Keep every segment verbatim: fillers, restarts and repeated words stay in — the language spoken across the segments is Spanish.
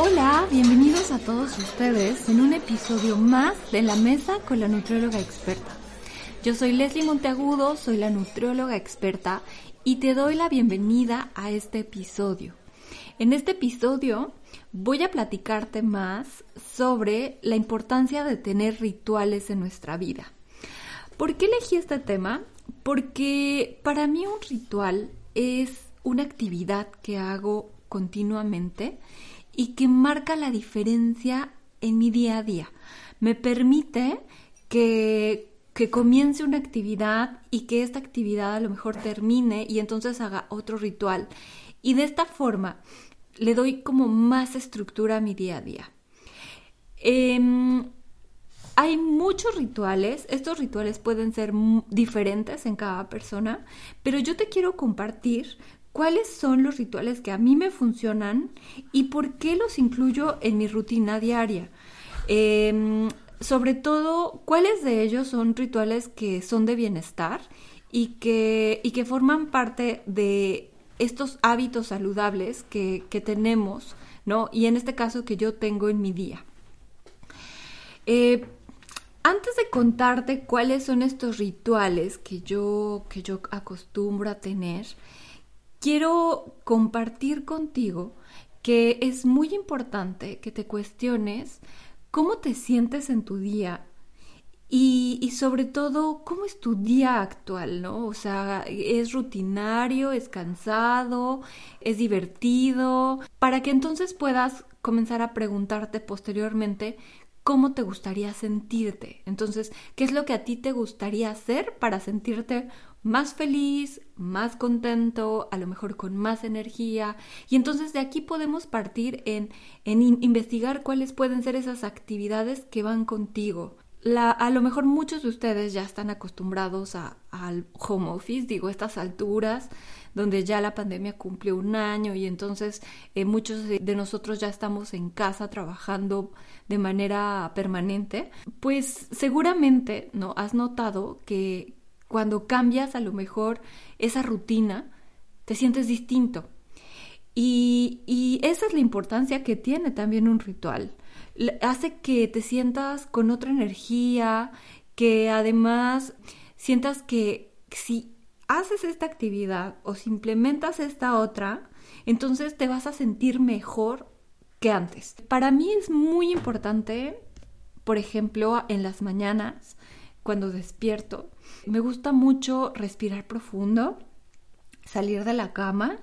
Hola, bienvenidos a todos ustedes en un episodio más de La Mesa con la Nutrióloga Experta. Yo soy Leslie Monteagudo, soy la nutrióloga experta y te doy la bienvenida a este episodio. En este episodio voy a platicarte más sobre la importancia de tener rituales en nuestra vida. ¿Por qué elegí este tema? Porque para mí un ritual es una actividad que hago continuamente y que marca la diferencia en mi día a día. Me permite que, que comience una actividad y que esta actividad a lo mejor termine y entonces haga otro ritual. Y de esta forma le doy como más estructura a mi día a día. Eh, hay muchos rituales. Estos rituales pueden ser diferentes en cada persona, pero yo te quiero compartir cuáles son los rituales que a mí me funcionan y por qué los incluyo en mi rutina diaria. Eh, sobre todo, cuáles de ellos son rituales que son de bienestar y que, y que forman parte de estos hábitos saludables que, que tenemos, ¿no? Y en este caso que yo tengo en mi día. Eh, antes de contarte cuáles son estos rituales que yo, que yo acostumbro a tener, quiero compartir contigo que es muy importante que te cuestiones cómo te sientes en tu día y, y sobre todo cómo es tu día actual, ¿no? O sea, ¿es rutinario, es cansado, es divertido? Para que entonces puedas comenzar a preguntarte posteriormente cómo te gustaría sentirte. Entonces, ¿qué es lo que a ti te gustaría hacer para sentirte más feliz, más contento, a lo mejor con más energía? Y entonces de aquí podemos partir en, en in- investigar cuáles pueden ser esas actividades que van contigo. La, a lo mejor muchos de ustedes ya están acostumbrados a, al home office, digo, a estas alturas, donde ya la pandemia cumplió un año y entonces eh, muchos de, de nosotros ya estamos en casa trabajando de manera permanente. Pues seguramente, ¿no?, has notado que cuando cambias a lo mejor esa rutina, te sientes distinto. Y, y esa es la importancia que tiene también un ritual. Hace que te sientas con otra energía, que además sientas que si haces esta actividad o si implementas esta otra, entonces te vas a sentir mejor que antes. Para mí es muy importante, por ejemplo, en las mañanas, cuando despierto, me gusta mucho respirar profundo, salir de la cama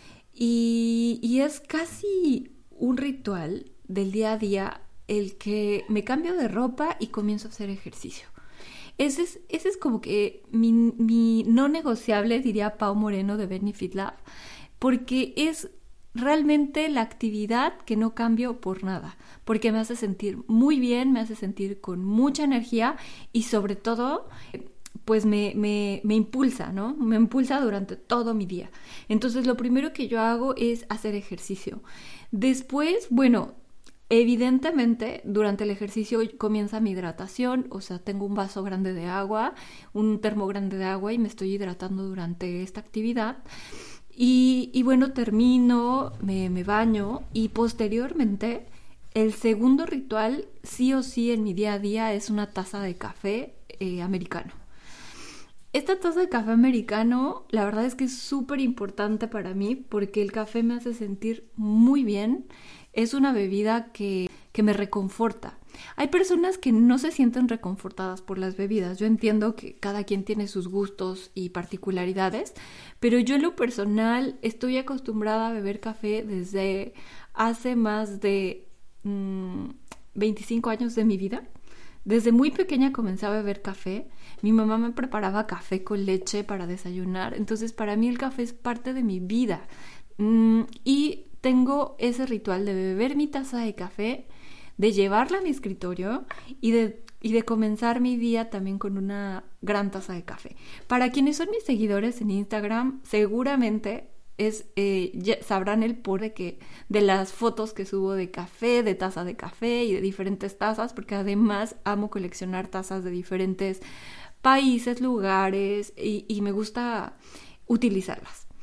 y, y es casi un ritual del día a día el que me cambio de ropa y comienzo a hacer ejercicio. Ese es, ese es como que mi, mi no negociable, diría Pau Moreno de Benefit Lab, porque es realmente la actividad que no cambio por nada, porque me hace sentir muy bien, me hace sentir con mucha energía y sobre todo pues me, me, me impulsa, ¿no? Me impulsa durante todo mi día. Entonces lo primero que yo hago es hacer ejercicio. Después, bueno, evidentemente durante el ejercicio comienza mi hidratación, o sea, tengo un vaso grande de agua, un termo grande de agua y me estoy hidratando durante esta actividad. Y, y bueno, termino, me, me baño y posteriormente el segundo ritual sí o sí en mi día a día es una taza de café eh, americano. Esta taza de café americano, la verdad es que es súper importante para mí porque el café me hace sentir muy bien. Es una bebida que, que me reconforta. Hay personas que no se sienten reconfortadas por las bebidas. Yo entiendo que cada quien tiene sus gustos y particularidades, pero yo en lo personal estoy acostumbrada a beber café desde hace más de mmm, veinticinco años de mi vida. Desde muy pequeña comencé a beber café. Mi mamá me preparaba café con leche para desayunar. Entonces, para mí el café es parte de mi vida. Mm, y tengo ese ritual de beber mi taza de café, de llevarla a mi escritorio y de, y de comenzar mi día también con una gran taza de café. Para quienes son mis seguidores en Instagram, seguramente es eh, ya sabrán el por de que de las fotos que subo de café, de taza de café y de diferentes tazas, porque además amo coleccionar tazas de diferentes países, lugares y, y me gusta utilizarlas.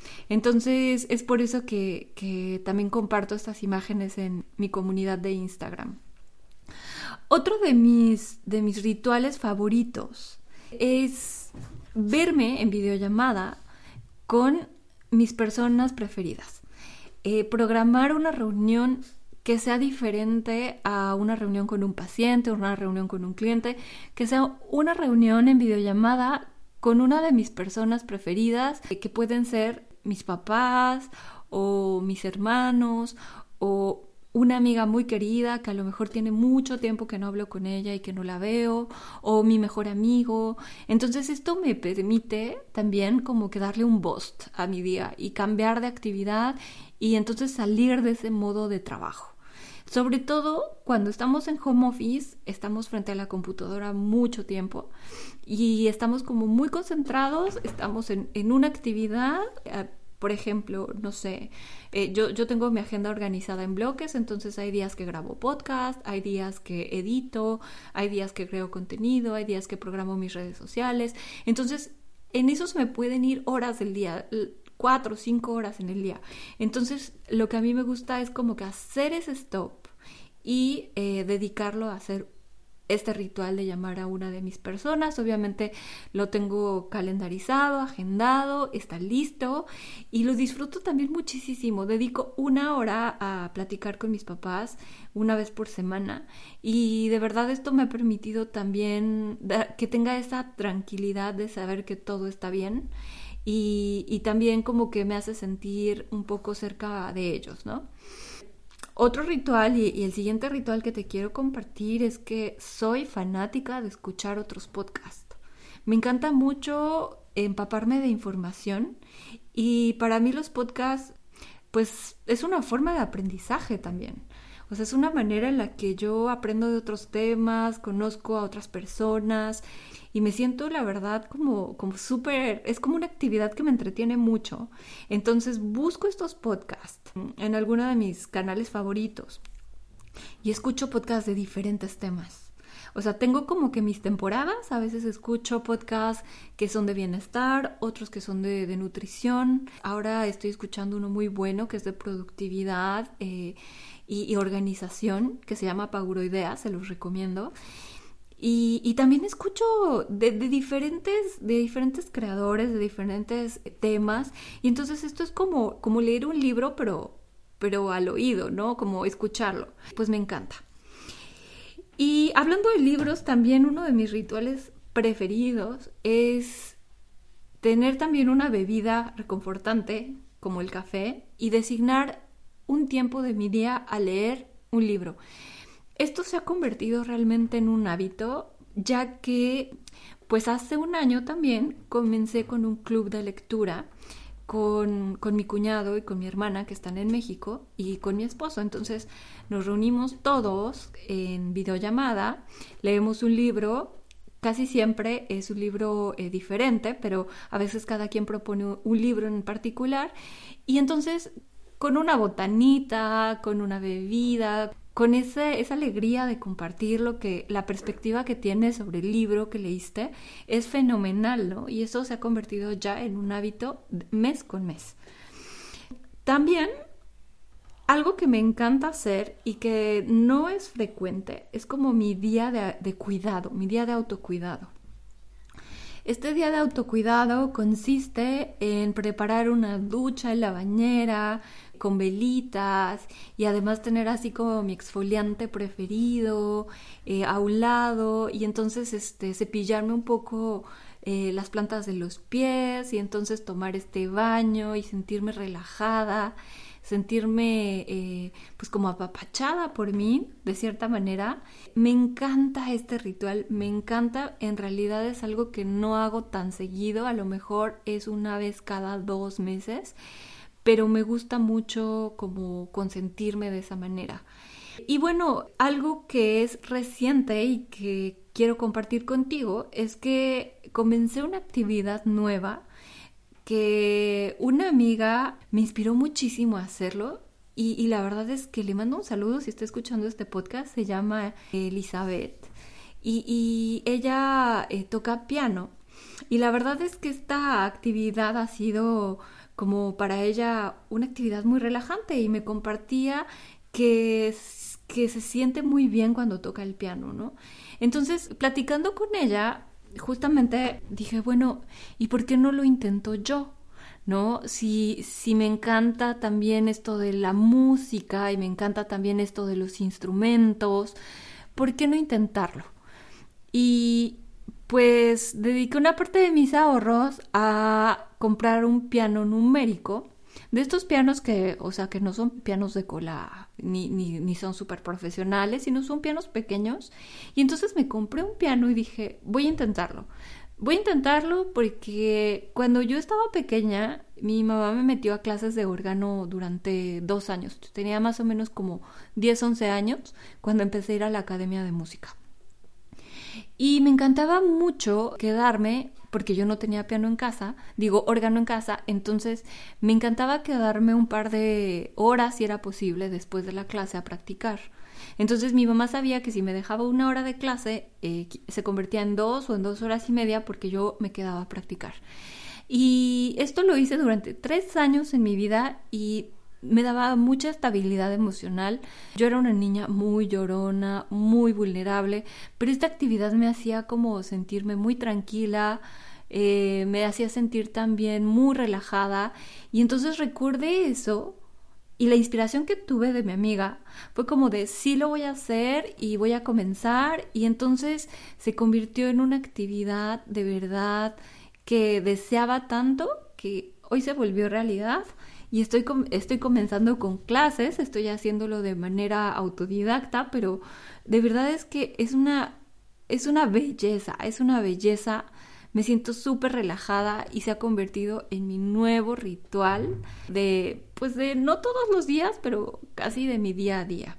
Entonces es por eso que, que también comparto estas imágenes en mi comunidad de Instagram. Otro de mis, de mis rituales favoritos es verme en videollamada con mis personas preferidas. Eh, programar una reunión que sea diferente a una reunión con un paciente, una reunión con un cliente, que sea una reunión en videollamada con una de mis personas preferidas, que pueden ser mis papás o mis hermanos o una amiga muy querida que a lo mejor tiene mucho tiempo que no hablo con ella y que no la veo, o mi mejor amigo. Entonces esto me permite también como que darle un boost a mi día y cambiar de actividad y entonces salir de ese modo de trabajo. Sobre todo cuando estamos en home office, estamos frente a la computadora mucho tiempo y estamos como muy concentrados, estamos en, en una actividad. Por ejemplo, no sé, eh, yo, yo tengo mi agenda organizada en bloques, entonces hay días que grabo podcast, hay días que edito, hay días que creo contenido, hay días que programo mis redes sociales. Entonces, en eso se me pueden ir horas del día, cuatro o cinco horas en el día. Entonces, lo que a mí me gusta es como que hacer ese stop y eh, dedicarlo a hacer este ritual de llamar a una de mis personas. Obviamente lo tengo calendarizado, agendado, está listo y lo disfruto también muchísimo. Dedico una hora a platicar con mis papás una vez por semana y de verdad esto me ha permitido también que tenga esa tranquilidad de saber que todo está bien y, y también como que me hace sentir un poco cerca de ellos, ¿no? Otro ritual y, y el siguiente ritual que te quiero compartir es que soy fanática de escuchar otros podcasts. Me encanta mucho empaparme de información y para mí los podcasts pues es una forma de aprendizaje también. O sea, es una manera en la que yo aprendo de otros temas, conozco a otras personas y me siento, la verdad, como, como súper, es como una actividad que me entretiene mucho. Entonces busco estos podcasts en alguno de mis canales favoritos y escucho podcasts de diferentes temas. O sea, tengo como que mis temporadas, a veces escucho podcasts que son de bienestar, otros que son de, de nutrición. Ahora estoy escuchando uno muy bueno que es de productividad eh, y, y organización, que se llama Pauroidea, se los recomiendo. Y, y también escucho de, de, diferentes, de diferentes creadores, de diferentes temas. Y entonces esto es como, como leer un libro, pero, pero al oído, ¿no? Como escucharlo. Pues me encanta. Y hablando de libros, también uno de mis rituales preferidos es tener también una bebida reconfortante, como el café, y designar un tiempo de mi día a leer un libro. Esto se ha convertido realmente en un hábito, ya que pues hace un año también comencé con un club de lectura con, con mi cuñado y con mi hermana que están en México y con mi esposo. Entonces nos reunimos todos en videollamada, leemos un libro. Casi siempre es un libro eh, diferente, pero a veces cada quien propone un libro en particular y entonces con una botanita, con una bebida, con ese, esa alegría de compartir lo que, la perspectiva que tienes sobre el libro que leíste, es fenomenal, ¿no? Y eso se ha convertido ya en un hábito mes con mes. También, algo que me encanta hacer y que no es frecuente, es como mi día de, de cuidado, mi día de autocuidado. Este día de autocuidado consiste en preparar una ducha en la bañera, con velitas y además tener así como mi exfoliante preferido eh, a un lado y entonces este, cepillarme un poco eh, las plantas de los pies y entonces tomar este baño y sentirme relajada, sentirme eh, pues como apapachada por mí de cierta manera. Me encanta este ritual, me encanta, en realidad es algo que no hago tan seguido, a lo mejor es una vez cada dos meses, pero me gusta mucho como consentirme de esa manera. Y bueno, algo que es reciente y que quiero compartir contigo es que comencé una actividad nueva que una amiga me inspiró muchísimo a hacerlo y, y la verdad es que le mando un saludo si está escuchando este podcast. Se llama Elizabeth y, y ella eh, toca piano y la verdad es que esta actividad ha sido como para ella una actividad muy relajante y me compartía que, que se siente muy bien cuando toca el piano, ¿no? Entonces, platicando con ella, justamente dije, bueno, ¿y por qué no lo intento yo? ¿No? Si, si me encanta también esto de la música y me encanta también esto de los instrumentos, ¿por qué no intentarlo? Y pues dediqué una parte de mis ahorros a comprar un piano numérico, de estos pianos que, o sea, que no son pianos de cola ni, ni, ni son súper profesionales, sino son pianos pequeños. Y entonces me compré un piano y dije, voy a intentarlo. Voy a intentarlo porque cuando yo estaba pequeña, mi mamá me metió a clases de órgano durante dos años. Tenía más o menos como diez once años cuando empecé a ir a la academia de música. Y me encantaba mucho quedarme, porque yo no tenía piano en casa, digo órgano en casa, entonces me encantaba quedarme un par de horas, si era posible, después de la clase a practicar. Entonces mi mamá sabía que si me dejaba una hora de clase, eh, se convertía en dos o en dos horas y media porque yo me quedaba a practicar. Y esto lo hice durante tres años en mi vida y me daba mucha estabilidad emocional. Yo era una niña muy llorona, muy vulnerable, pero esta actividad me hacía como sentirme muy tranquila, eh, me hacía sentir también muy relajada. Y entonces recuerde eso y la inspiración que tuve de mi amiga fue como de sí lo voy a hacer y voy a comenzar, y entonces se convirtió en una actividad de verdad que deseaba tanto que hoy se volvió realidad. Y estoy, com- estoy comenzando con clases, estoy haciéndolo de manera autodidacta, pero de verdad es que es una, es una belleza, es una belleza. Me siento súper relajada y se ha convertido en mi nuevo ritual de, pues de no todos los días, pero casi de mi día a día.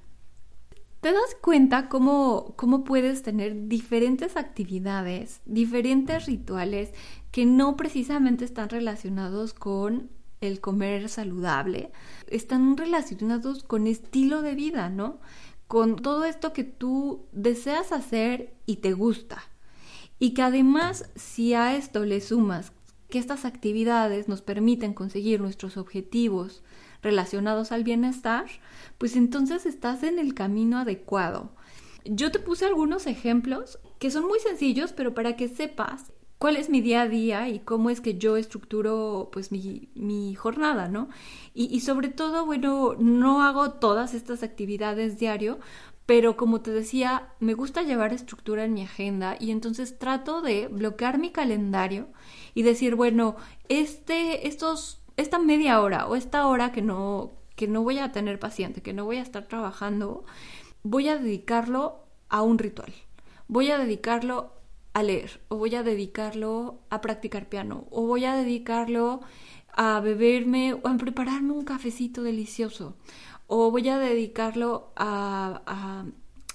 ¿Te das cuenta cómo, cómo puedes tener diferentes actividades, diferentes rituales que no precisamente están relacionados con el comer saludable? Están relacionados con estilo de vida, ¿no? Con todo esto que tú deseas hacer y te gusta. Y que además, si a esto le sumas que estas actividades nos permiten conseguir nuestros objetivos relacionados al bienestar, pues entonces estás en el camino adecuado. Yo te puse algunos ejemplos que son muy sencillos, pero para que sepas cuál es mi día a día y cómo es que yo estructuro pues mi, mi jornada, ¿no? Y, y sobre todo, bueno, no hago todas estas actividades diario, pero como te decía, me gusta llevar estructura en mi agenda y entonces trato de bloquear mi calendario y decir, bueno, este, estos, esta media hora o esta hora que no, que no voy a tener paciente, que no voy a estar trabajando, voy a dedicarlo a un ritual. Voy a dedicarlo a leer, o voy a dedicarlo a practicar piano, o voy a dedicarlo a beberme o a prepararme un cafecito delicioso, o voy a dedicarlo a, a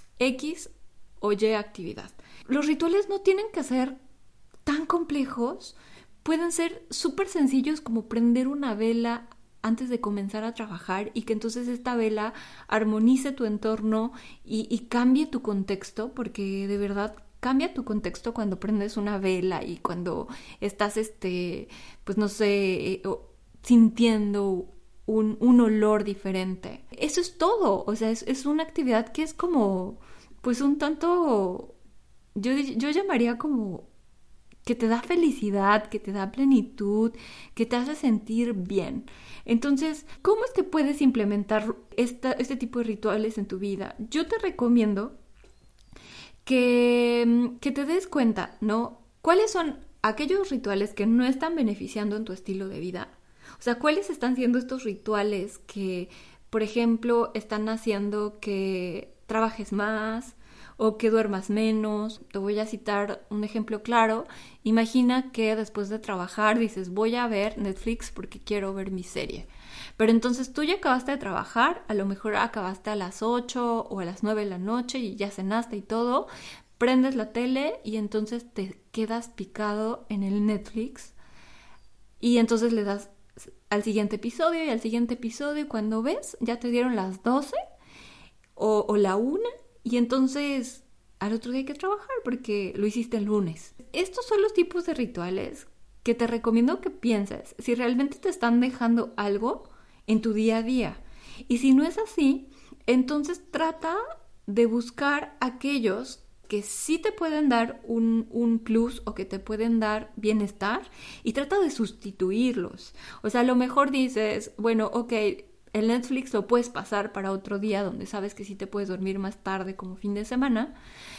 X o Y actividad. Los rituales no tienen que ser tan complejos, pueden ser súper sencillos como prender una vela antes de comenzar a trabajar y que entonces esta vela armonice tu entorno y, y cambie tu contexto, porque de verdad cambia tu contexto cuando prendes una vela y cuando estás, este, pues no sé, eh, sintiendo un, un olor diferente. Eso es todo, o sea, es, es una actividad que es como, pues un tanto, yo, yo llamaría como que te da felicidad, que te da plenitud, que te hace sentir bien. Entonces, ¿cómo es que puedes implementar esta, este tipo de rituales en tu vida? Yo te recomiendo que, que te des cuenta, ¿no? ¿Cuáles son aquellos rituales que no están beneficiando en tu estilo de vida? O sea, ¿cuáles están siendo estos rituales que, por ejemplo, están haciendo que trabajes más o que duermas menos? Te voy a citar un ejemplo claro. Imagina que después de trabajar dices, voy a ver Netflix porque quiero ver mi serie. Pero entonces tú ya acabaste de trabajar, a lo mejor acabaste a las ocho o a las nueve de la noche y ya cenaste y todo, prendes la tele y entonces te quedas picado en el Netflix y entonces le das al siguiente episodio y al siguiente episodio y cuando ves ya te dieron las doce o, o la una y entonces al otro día hay que trabajar porque lo hiciste el lunes. Estos son los tipos de rituales que te recomiendo que pienses si realmente te están dejando algo en tu día a día. Y si no es así, entonces trata de buscar aquellos que sí te pueden dar un, un plus o que te pueden dar bienestar y trata de sustituirlos. O sea, a lo mejor dices, bueno, ok, el Netflix lo puedes pasar para otro día donde sabes que sí te puedes dormir más tarde como fin de semana.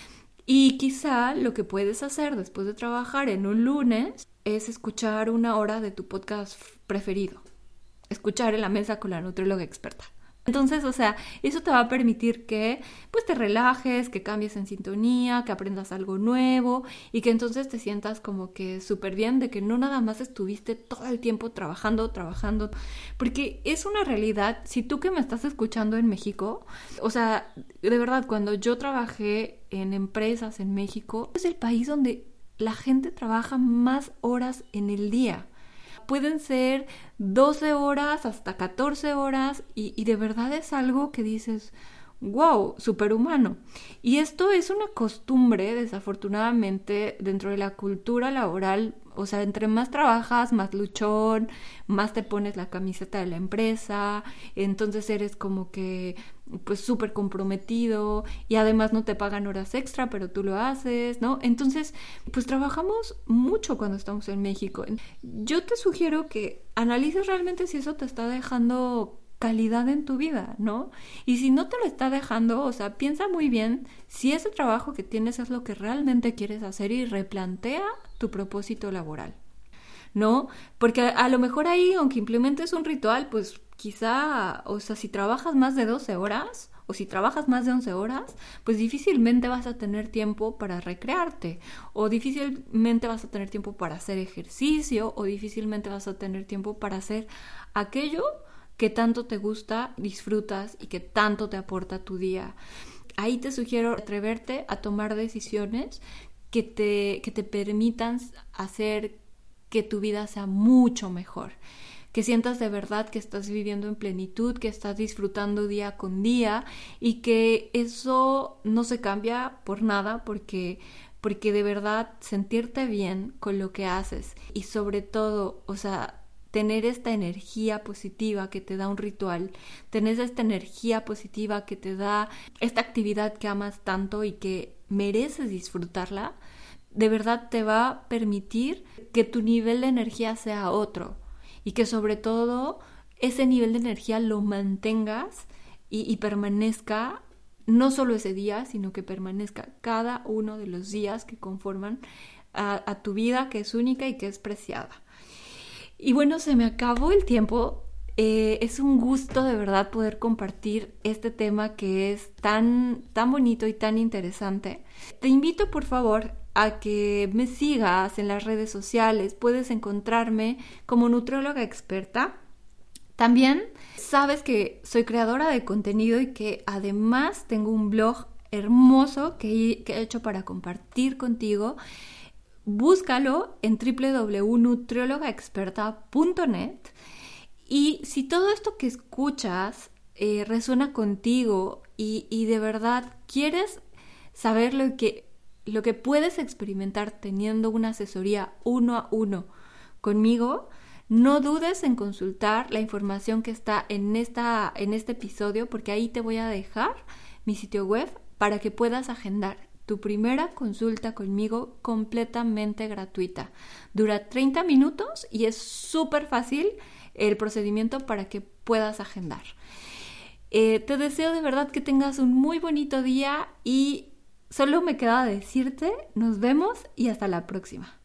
Y quizá lo que puedes hacer después de trabajar en un lunes es escuchar una hora de tu podcast preferido. Escuchar En la Mesa con la nutrióloga experta. Entonces, o sea, eso te va a permitir que pues te relajes, que cambies en sintonía, que aprendas algo nuevo y que entonces te sientas como que súper bien de que no nada más estuviste todo el tiempo trabajando, trabajando, porque es una realidad. Si tú que me estás escuchando en México, o sea, de verdad, cuando yo trabajé en empresas en México, es el país donde la gente trabaja más horas en el día. Pueden ser doce horas hasta catorce horas y, y de verdad es algo que dices, wow, superhumano. Y esto es una costumbre, desafortunadamente, dentro de la cultura laboral. O sea, entre más trabajas, más luchón, más te pones la camiseta de la empresa, entonces eres como que pues súper comprometido y además no te pagan horas extra, pero tú lo haces, ¿no? Entonces, pues trabajamos mucho cuando estamos en México. Yo te sugiero que analices realmente si eso te está dejando calidad en tu vida, ¿no? Y si no te lo está dejando, o sea, piensa muy bien si ese trabajo que tienes es lo que realmente quieres hacer y replantea tu propósito laboral, ¿no? Porque a, a lo mejor ahí, aunque implementes un ritual, pues quizá, o sea, si trabajas más de doce horas o si trabajas más de once horas, pues difícilmente vas a tener tiempo para recrearte o difícilmente vas a tener tiempo para hacer ejercicio o difícilmente vas a tener tiempo para hacer aquello que tanto te gusta, disfrutas y que tanto te aporta tu día. Ahí te sugiero atreverte a tomar decisiones que te, que te permitan hacer que tu vida sea mucho mejor, que sientas de verdad que estás viviendo en plenitud, que estás disfrutando día con día y que eso no se cambia por nada porque, porque de verdad sentirte bien con lo que haces y sobre todo, o sea, tener esta energía positiva que te da un ritual, tener esta energía positiva que te da esta actividad que amas tanto y que mereces disfrutarla, de verdad te va a permitir que tu nivel de energía sea otro y que sobre todo ese nivel de energía lo mantengas y, y permanezca no solo ese día, sino que permanezca cada uno de los días que conforman a, a tu vida, que es única y que es preciada. Y bueno, se me acabó el tiempo. Eh, es un gusto de verdad poder compartir este tema que es tan, tan bonito y tan interesante. Te invito por favor a que me sigas en las redes sociales. Puedes encontrarme como nutrióloga experta. También sabes que soy creadora de contenido y que además tengo un blog hermoso que, que he hecho para compartir contigo. Búscalo en doble u doble u doble u punto nutrióloga experta punto net y si todo esto que escuchas eh, resuena contigo y, y de verdad quieres saber lo que, lo que puedes experimentar teniendo una asesoría uno a uno conmigo, no dudes en consultar la información que está en, esta, en este episodio porque ahí te voy a dejar mi sitio web para que puedas agendar tu primera consulta conmigo completamente gratuita. Dura treinta minutos y es súper fácil el procedimiento para que puedas agendar. Eh, te deseo de verdad que tengas un muy bonito día y solo me queda decirte, nos vemos y hasta la próxima.